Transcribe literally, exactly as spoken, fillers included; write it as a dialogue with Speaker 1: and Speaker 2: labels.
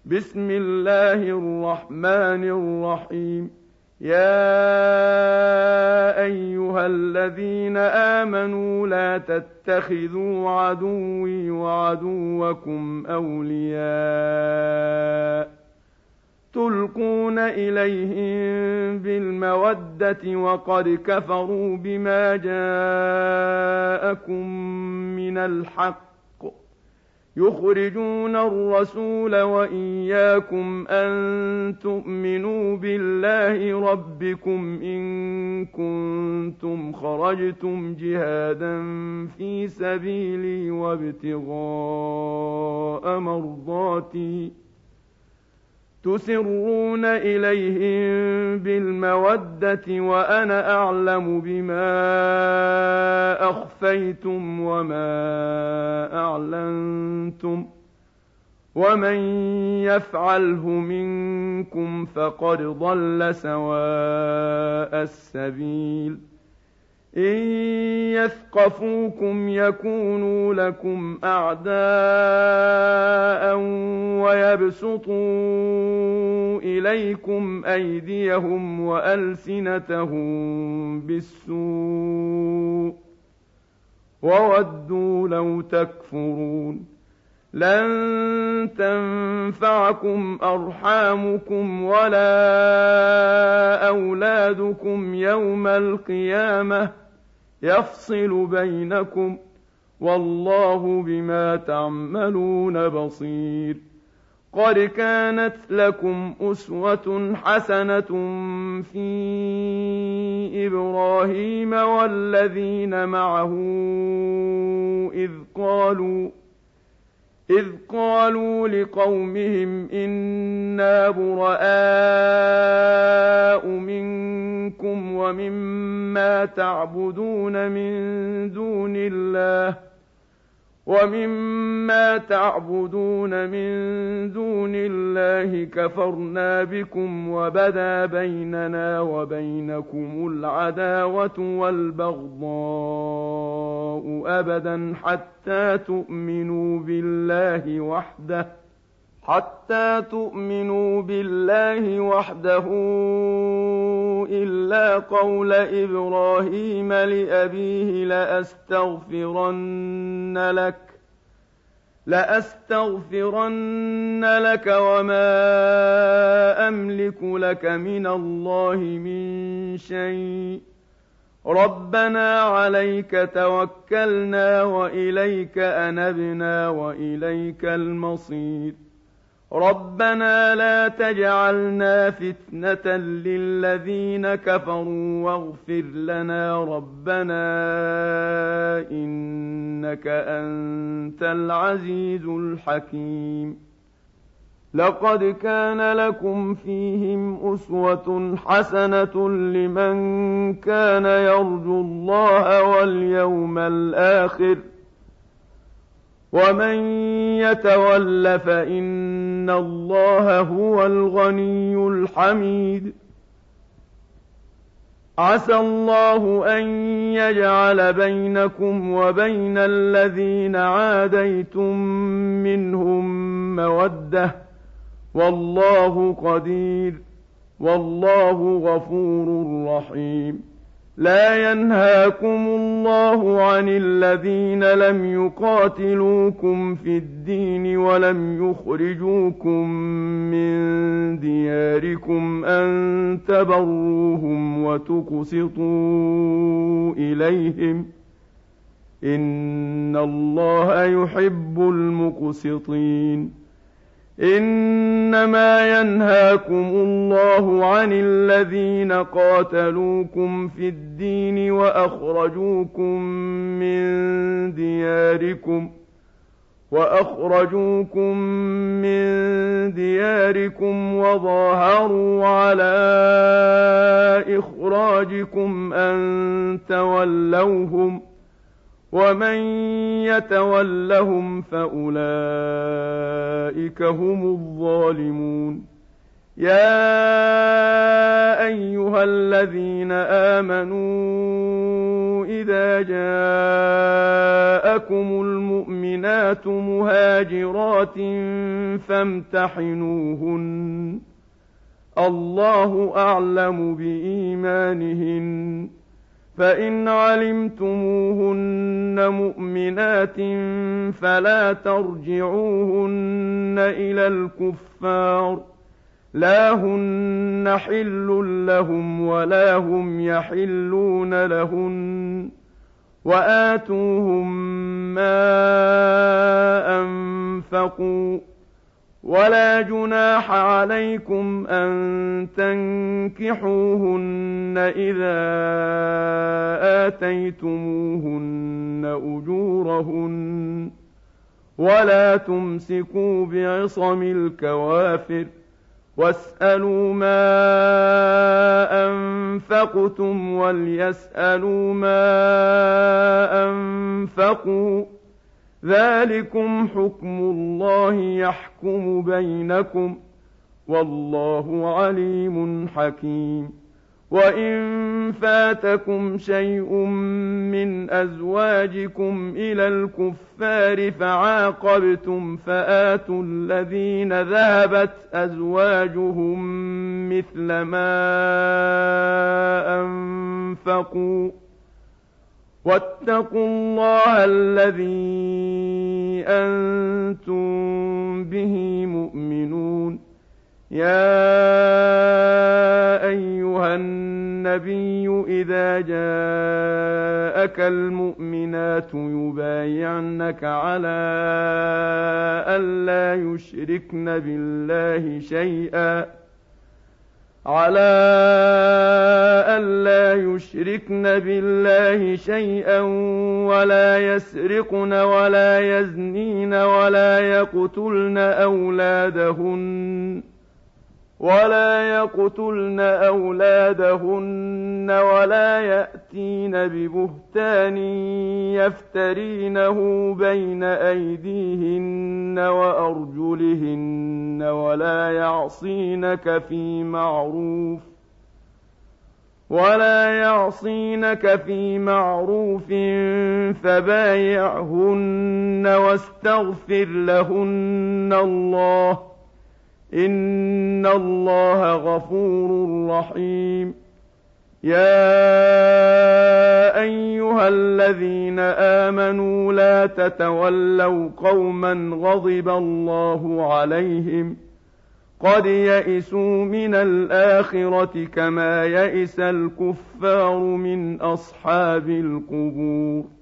Speaker 1: بسم الله الرحمن الرحيم. يا أيها الذين آمنوا لا تتخذوا عدوي وعدوكم أولياء تلقون إليهم بالمودة وقد كفروا بما جاءكم من الحق يخرجون الرسول وإياكم أن تؤمنوا بالله ربكم إن كنتم خرجتم جهادا في سبيلي وابتغاء مرضاتي تسرون إليهم بالمودة وأنا أعلم بما أخفيتم وما أعلنتم ومن يفعله منكم فقد ضل سواء السبيل. إن يثقفوكم يكونوا لكم أعداء ويبسطوا إليكم أيديهم وألسنتهم بالسوء وودوا لو تكفرون. لن تنفعكم أرحامكم ولا أولادكم يوم القيامة يفصل بينكم والله بما تعملون بصير. قد كانت لكم أسوة حسنة في إبراهيم والذين معه إذ قالوا إذ قالوا لقومهم إنا براء منكم ومما تعبدون من دون الله ومما تعبدون من دون الله كفرنا بكم وبدا بيننا وبينكم العداوة والبغضاء أبدا حتى تؤمنوا بالله وحده حتى تؤمنوا بالله وحده إلا قول إبراهيم لأبيه لأستغفرن لك لأستغفرن لك وما أملك لك من الله من شيء ربنا عليك توكلنا وإليك أنبنا وإليك المصير. ربنا لا تجعلنا فتنة للذين كفروا واغفر لنا ربنا إنك أنت العزيز الحكيم. لقد كان لكم فيهم أسوة حسنة لمن كان يرجو الله واليوم الآخر ومن يتول فإن الله هو الغني الحميد. عسى الله أن يجعل بينكم وبين الذين عاديتم منهم مودة والله قدير والله غفور رحيم. لا ينهاكم الله عن الذين لم يقاتلوكم في الدين ولم يخرجوكم من دياركم أن تبروهم وتقسطوا إليهم إن الله يحب المقسطين. إنما ينهاكم الله عن الذين قاتلوكم في الدين وأخرجوكم من دياركم وأخرجوكم من دياركم وظاهروا على إخراجكم أن تولوهم ومن يتولهم فأولئك هم الظالمون. يَا أَيُّهَا الَّذِينَ آمَنُوا إِذَا جَاءَكُمُ الْمُؤْمِنَاتُ مُهَاجِرَاتٍ فَامْتَحِنُوهُنَّ ۖ اللَّهُ أَعْلَمُ بِإِيمَانِهِنَّ ۖ فَإِنْ عَلِمْتُمُوهُنَّ مُؤْمِنَاتٍ فَلَا تَرْجِعُوهُنَّ إِلَى الْكُفَّارِ، لَا هُنَّ حِلٌّ لَّهُمْ وَلَا هُمْ يَحِلُّونَ لَهُنَّ ۖ وَآتُوهُم مَّا أَنفَقُوا ۚ وَلَا جُنَاحَ عَلَيْكُمْ أَن تَنكِحُوهُنَّ إِذَا آتَيْتُمُوهُنَّ أُجُورَهُنَّ ۚ وَلَا تُمْسِكُوا بِعِصَمِ الْكَوَافِرِ، وَاسْأَلُوا مَا أَنفَقْتُمْ وَلْيَسْأَلُوا مَا أَنفَقُوا ۚ ذَٰلِكُمْ حُكْمُ اللَّهِ يَحْكُمُ بَيْنَكُمْ ۚ وَاللَّهُ عَلِيمٌ حَكِيمٌ. وَإِن فَاتَكُمْ شَيْءٌ مِّنْ أَزْوَاجِكُمْ إِلَى الْكُفَّارِ فَعَاقَبْتُمْ فَآتُوا الَّذِينَ ذَهَبَتْ أَزْوَاجُهُم مِّثْلَ مَا أَنفَقُوا ۚ وَاتَّقُوا اللَّهَ الَّذِي أَنتُم بِهِ مُؤْمِنُونَ. يَا أَيُّهَا النَّبِيُّ إِذَا جَاءَكَ الْمُؤْمِنَاتُ يُبَايِعْنَكَ عَلَىٰ أَن لَّا يُشْرِكْنَ بِاللَّهِ شَيْئًا عَلَىٰ أَلَّا يُشْرِكْنَ بِاللَّهِ شَيْئًا وَلَا يَسْرِقْنَ وَلَا يَزْنِينَ وَلَا يَقْتُلْنَ أَوْلَادَهُنَّ ولا يقتلن أولادهن ولا يأتين ببهتان يفترينه بين أيديهن وأرجلهن ولا يعصينك في معروف ولا يعصينك في معروف فبايعهن واستغفر لهن الله، إن الله غفور رحيم. يا أيها الذين آمنوا لا تتولوا قوما غضب الله عليهم قد يئسوا من الآخرة كما يئس الكفار من أصحاب القبور.